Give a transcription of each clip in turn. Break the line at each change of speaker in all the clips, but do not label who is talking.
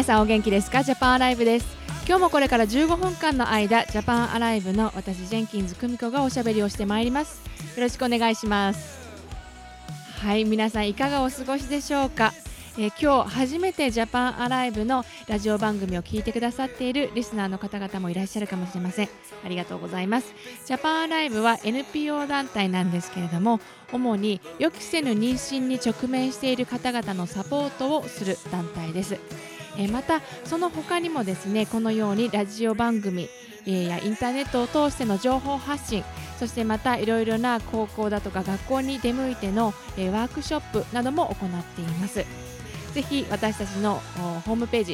皆さんお元気ですか？ジャパンアライブです。今日もこれから15分間の間、ジャパンアライブの私ジェンキンズ久美子がおしゃべりをしてまいります。よろしくお願いします。はい、皆さんいかがお過ごしでしょうか？今日初めてジャパンアライブのラジオ番組を聞いてくださっているリスナーの方々もいらっしゃるかもしれません。ありがとうございます。ジャパンアライブは NPO 団体なんですけれども、主に予期せぬ妊娠に直面している方々のサポートをする団体です。またその他にもですね、このようにラジオ番組やインターネットを通しての情報発信、そしてまたいろいろな高校だとか学校に出向いてのワークショップなども行っています。ぜひ私たちのホームページ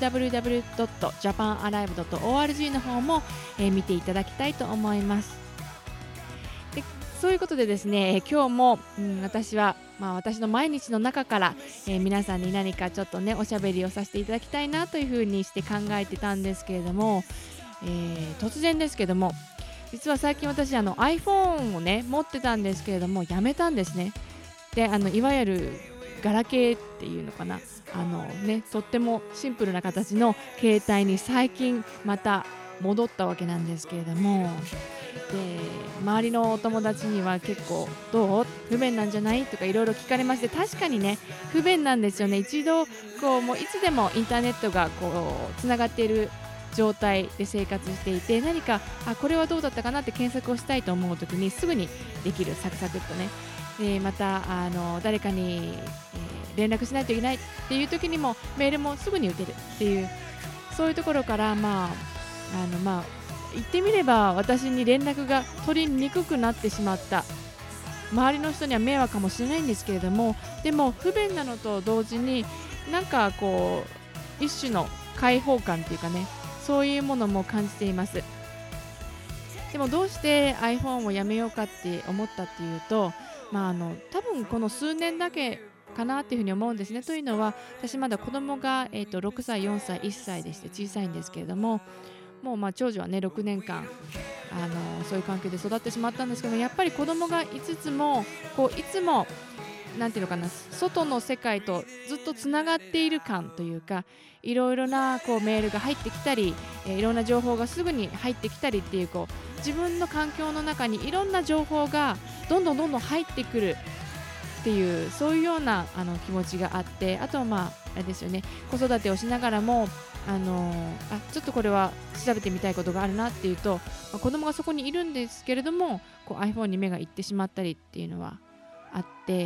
www.japanalive.org の方も見ていただきたいと思います。でそういうことでですね、今日も、私は、私の毎日の中から、皆さんに何かちょっとねおしゃべりをさせていただきたいなというふうにして考えてたんですけれども、突然ですけども、実は最近私iPhone をね持ってたんですけれどもやめたんですね。でいわゆるガラケーっていうのかな、とってもシンプルな形の携帯に最近また戻ったわけなんですけれども、で周りのお友達には結構どう不便なんじゃないとかいろいろ聞かれまして、確かにね不便なんですよね。一度もういつでもインターネットがつながっている状態で生活していて、何かこれはどうだったかなって検索をしたいと思うときにすぐにできる、サクサクっとね。また誰かに、連絡しないといけないっていう時にもメールもすぐに打てるっていう、そういうところから言ってみれば私に連絡が取りにくくなってしまった、周りの人には迷惑かもしれないんですけれども、でも不便なのと同時になんか一種の開放感っていうかね、そういうものも感じています。でもどうして iPhone をやめようかって思ったっていうと、多分この数年だけかなっていうふうに思うんですね。というのは私まだ子供が、6歳、4歳、1歳でして小さいんですけれども、もう長女はね6年間そういう環境で育ってしまったんですけども、やっぱり子供がいつつもいつもなんていうのかな、外の世界とずっとつながっている感というか、いろいろなメールが入ってきたり、いろんな情報がすぐに入ってきたりっていう、自分の環境の中にいろんな情報がどんどん入ってくるっていう、そういうような気持ちがあって、あとはあれですよね、子育てをしながらもちょっとこれは調べてみたいことがあるなっていうと、子供がそこにいるんですけれどもiPhone に目がいってしまったりっていうのはあって、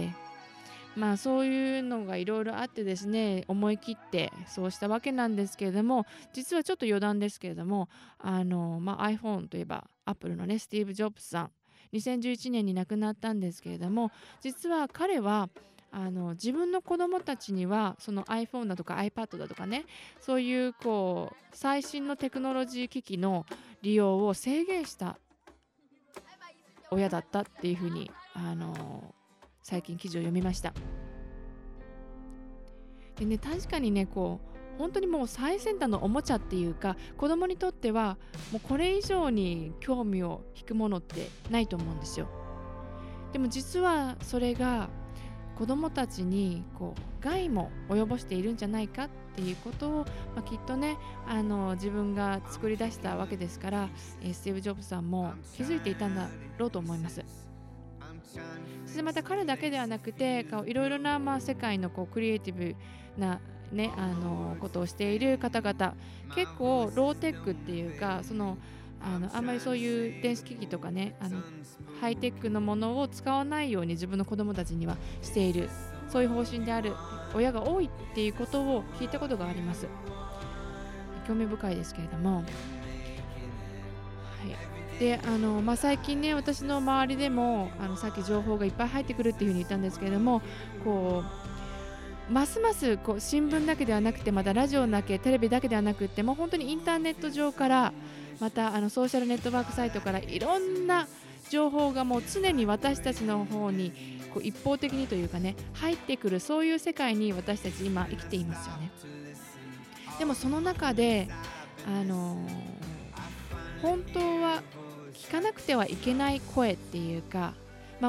そういうのがいろいろあってですね、思い切ってそうしたわけなんですけれども、実はちょっと余談ですけれども、iPhone といえばアップルのねスティーブ・ジョブズさん、2011年に亡くなったんですけれども、実は彼は自分の子供たちにはその iPhone だとか iPad だとかね、そういう最新のテクノロジー機器の利用を制限した親だったっていうふうに最近記事を読みました。でね、確かにね本当にもう最先端のおもちゃっていうか、子供にとってはもうこれ以上に興味を引くものってないと思うんですよ。でも実はそれが子供たちに害も及ぼしているんじゃないかっていうことを、きっとね自分が作り出したわけですから、スティーブ・ジョブズさんも気づいていたんだろうと思います。そしてまた彼だけではなくていろいろな世界のクリエイティブなねことをしている方々、結構ローテックっていうか、あんまりそういう電子機器とかねハイテックのものを使わないように自分の子供たちにはしている、そういう方針である親が多いっていうことを聞いたことがあります。興味深いですけれども、はい。で最近ね私の周りでもさっき情報がいっぱい入ってくるっていうふうに言ったんですけれども、ますます新聞だけではなくて、またラジオだけテレビだけではなくて、もう本当にインターネット上から、またソーシャルネットワークサイトからいろんな情報がもう常に私たちの方に一方的にというかね入ってくる、そういう世界に私たち今生きていますよね。でもその中で本当は聞かなくてはいけない声っていうか、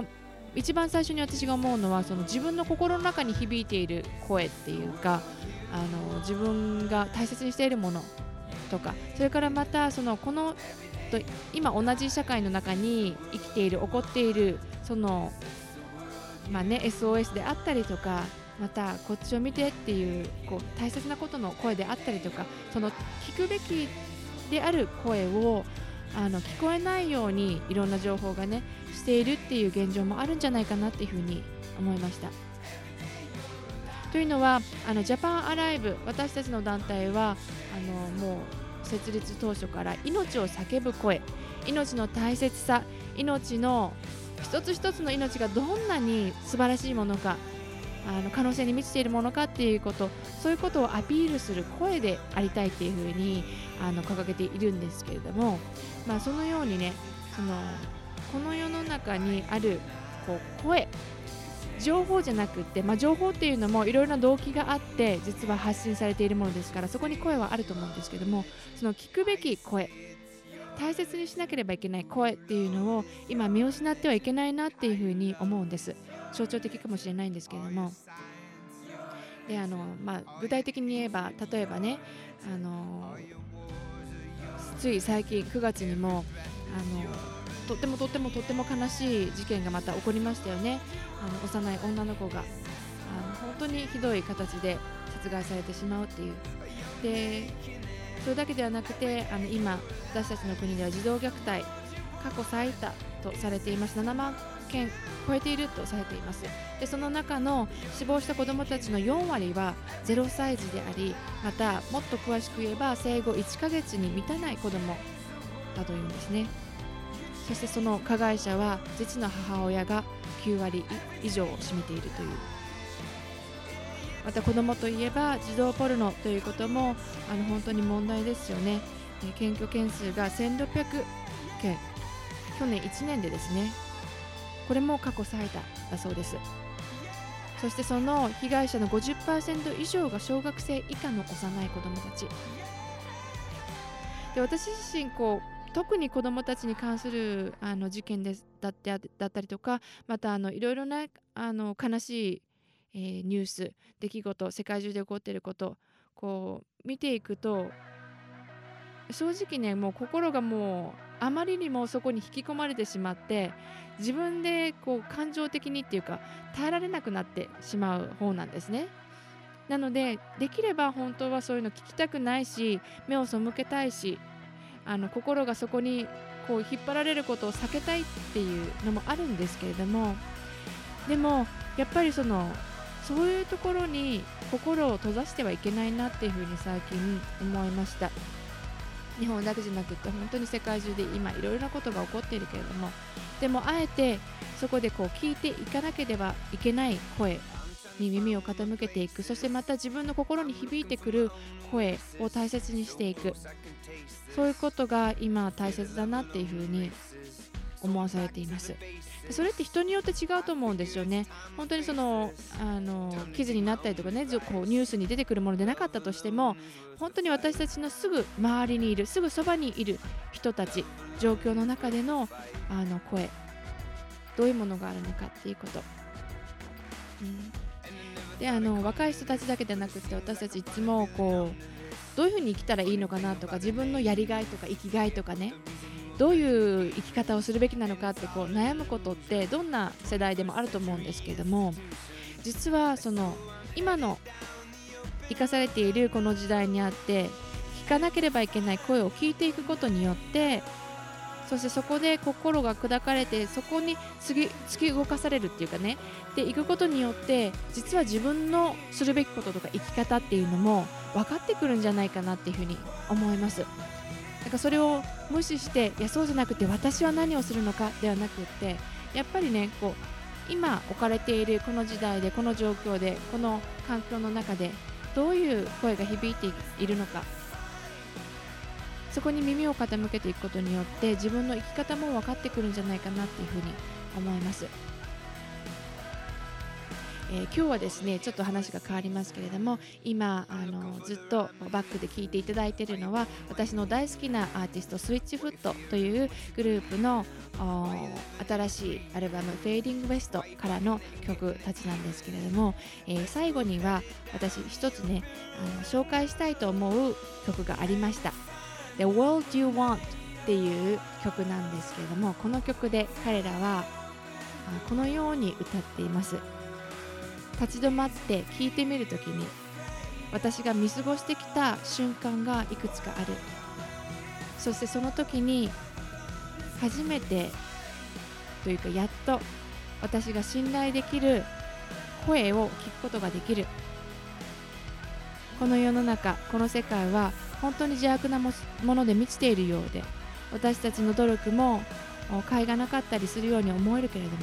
一番最初に私が思うのはその自分の心の中に響いている声っていうか、 自分が大切にしているものとか、それからまた今同じ社会の中に生きている、起こっているSOS であったりとか、またこっちを見てっていう、大切なことの声であったりとか、その聞くべきである声を聞こえないようにいろんな情報がねしているっていう現状もあるんじゃないかなっていうふうに思いました。というのはジャパンアライブ、私たちの団体はもう設立当初から命を叫ぶ声、命の大切さ、命の一つ一つの命がどんなに素晴らしいものか、可能性に満ちているものかっていうこと、そういうことをアピールする声でありたいっていうふうに掲げているんですけれども、そのようにね、この世の中にある声、情報じゃなくって、情報っていうのもいろいろな動機があって実は発信されているものですから、そこに声はあると思うんですけども、その聞くべき声、大切にしなければいけない声っていうのを今見失ってはいけないなっていうふうに思うんです。象徴的かもしれないんですけれども、で具体的に言えば、例えばね、つい最近9月にもとっても悲しい事件がまた起こりましたよね。幼い女の子が本当にひどい形で殺害されてしまうっていう。でそれだけではなくて今私たちの国では児童虐待過去最多とされています。7万件超えているとされています。でその中の死亡した子どもたちの4割は0歳児であり、またもっと詳しく言えば生後1ヶ月に満たない子どもだというんですね。そしてその加害者は実の母親が9割以上を占めているという。また子どもといえば児童ポルノということも本当に問題ですよね。検挙件数が1600件、去年1年でですね、これも過去最多だそうです。そしてその被害者の 50% 以上が小学生以下の幼い子どもたちで、私自身特に子どもたちに関する事件だったりとか、またいろいろな悲しい、ニュース、出来事、世界中で起こっていること見ていくと、正直ね、もう心がもうあまりにもそこに引き込まれてしまって、自分で感情的にっていうか耐えられなくなってしまう方なんですね。なのでできれば本当はそういうの聞きたくないし、目を背けたいし、心がそこに引っ張られることを避けたいっていうのもあるんですけれども、でもやっぱりそういうところに心を閉ざしてはいけないなっていうふうに最近思いました。日本だけじゃなくて本当に世界中で今いろいろなことが起こっているけれども、でもあえてそこで聞いていかなければいけない声に耳を傾けていく、そしてまた自分の心に響いてくる声を大切にしていく、そういうことが今大切だなっていうふうに思わされています。それって人によって違うと思うんですよね。本当に記事になったりとかね、ニュースに出てくるものでなかったとしても、本当に私たちのすぐ周りにいる、すぐそばにいる人たち、状況の中での声、どういうものがあるのかっていうこと、で若い人たちだけでなくて、私たちいつもどういうふうに生きたらいいのかなとか、自分のやりがいとか生きがいとかね、どういう生き方をするべきなのかって悩むことってどんな世代でもあると思うんですけれども、実は今の生かされているこの時代にあって聞かなければいけない声を聞いていくことによって、そしてそこで心が砕かれて、そこに突き動かされるっていうかね、で行くことによって、実は自分のするべきこととか生き方っていうのも分かってくるんじゃないかなっていうふうに思います。だからそれを無視して、いやそうじゃなくて私は何をするのかではなくって、やっぱりね今置かれているこの時代で、この状況で、この環境の中でどういう声が響いているのか、そこに耳を傾けていくことによって自分の生き方も分かってくるんじゃないかなっていうふうに思います。 今日はですねちょっと話が変わりますけれども、今ずっとバックで聴いていただいているのは私の大好きなアーティストスイッチフットというグループの新しいアルバムフェーディングウェストからの曲たちなんですけれども、最後には私一つね紹介したいと思う曲がありました。 The World You Want っていう曲なんですけれども、この曲で彼らはこのように歌っています。立ち止まって聴いてみるときに私が見過ごしてきた瞬間がいくつかある。そしてその時に初めてというかやっと私が信頼できる声を聞くことができる。この世の中、この世界は本当に邪悪なもので満ちているようで、私たちの努力も甲斐がなかったりするように思えるけれども、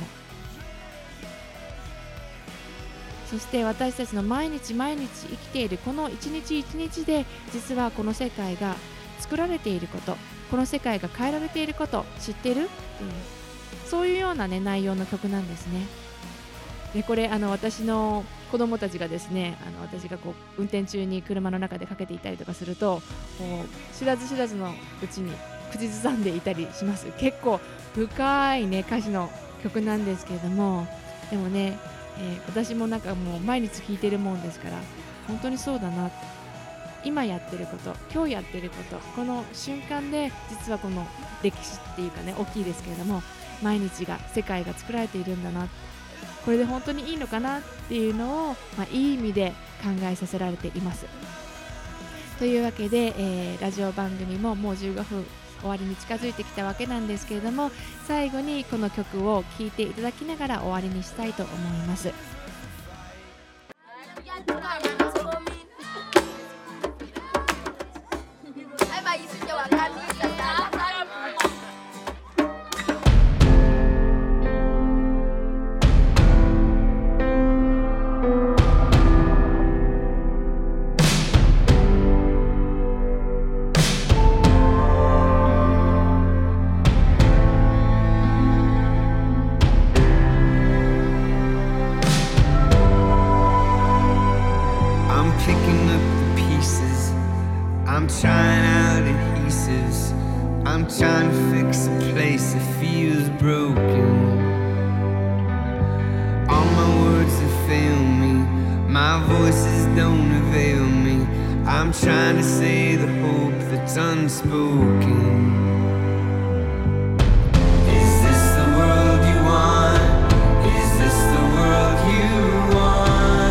そして私たちの毎日毎日生きているこの一日一日で、実はこの世界が作られていること、この世界が変えられていること知ってるっていう、そういうような、ね、内容の曲なんですね。でこれ私の子供たちがですね私がこう運転中に車の中でかけていたりとかすると、知らず知らずのうちに口ずさんでいたりします。結構深い、ね、歌詞の曲なんですけれども、でもね、私もなんかもう毎日聴いてるもんですから、本当にそうだな、今やってること、今日やってること、この瞬間で実はこの歴史っていうかね大きいですけれども、毎日が世界が作られているんだな、これで本当にいいのかなっていうのを、いい意味で考えさせられています。というわけで、ラジオ番組ももう15分終わりに近づいてきたわけなんですけれども、最後にこの曲を聴いていただきながら終わりにしたいと思います。
I'm trying out adhesives. I'm trying to fix a place that feels broken. All my words have failed me. My voices don't avail me. I'm trying to say the hope that's unspoken. Is this the world you want? Is this the world you want?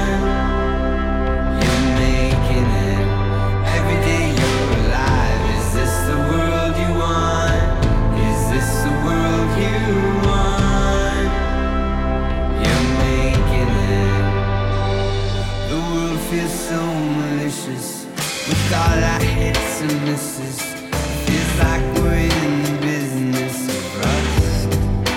With all our hits and misses, feels like we're in the business of rust.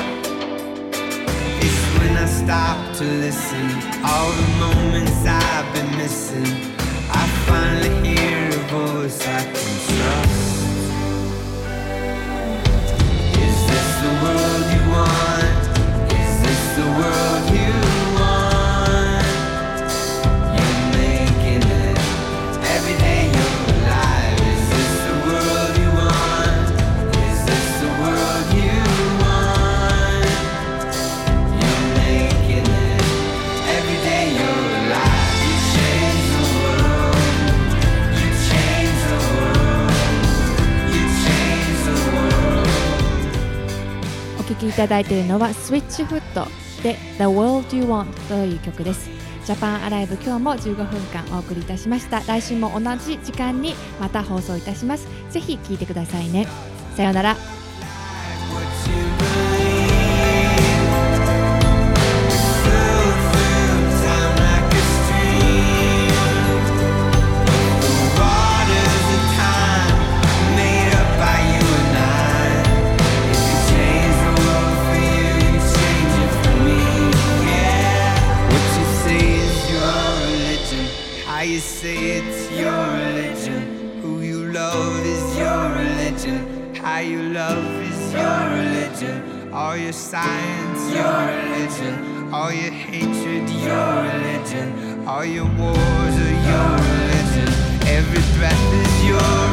It's when I stop to listen, all the moments I've been missing, I finally hear a voice I can trust. Is this the world you want? Is this the world you want?
お聴きいただいているのは Switchfoot で The World You Want という曲です。ジャパンアライブ、今日も15分間お送りいたしました。来週も同じ時間にまた放送いたします。ぜひ聴いてくださいね。さようなら。
You say it's your religion. Who you love is your religion. How you love is your religion. All your science, your religion. All your hatred, your religion. All your wars are your religion. Every breath is your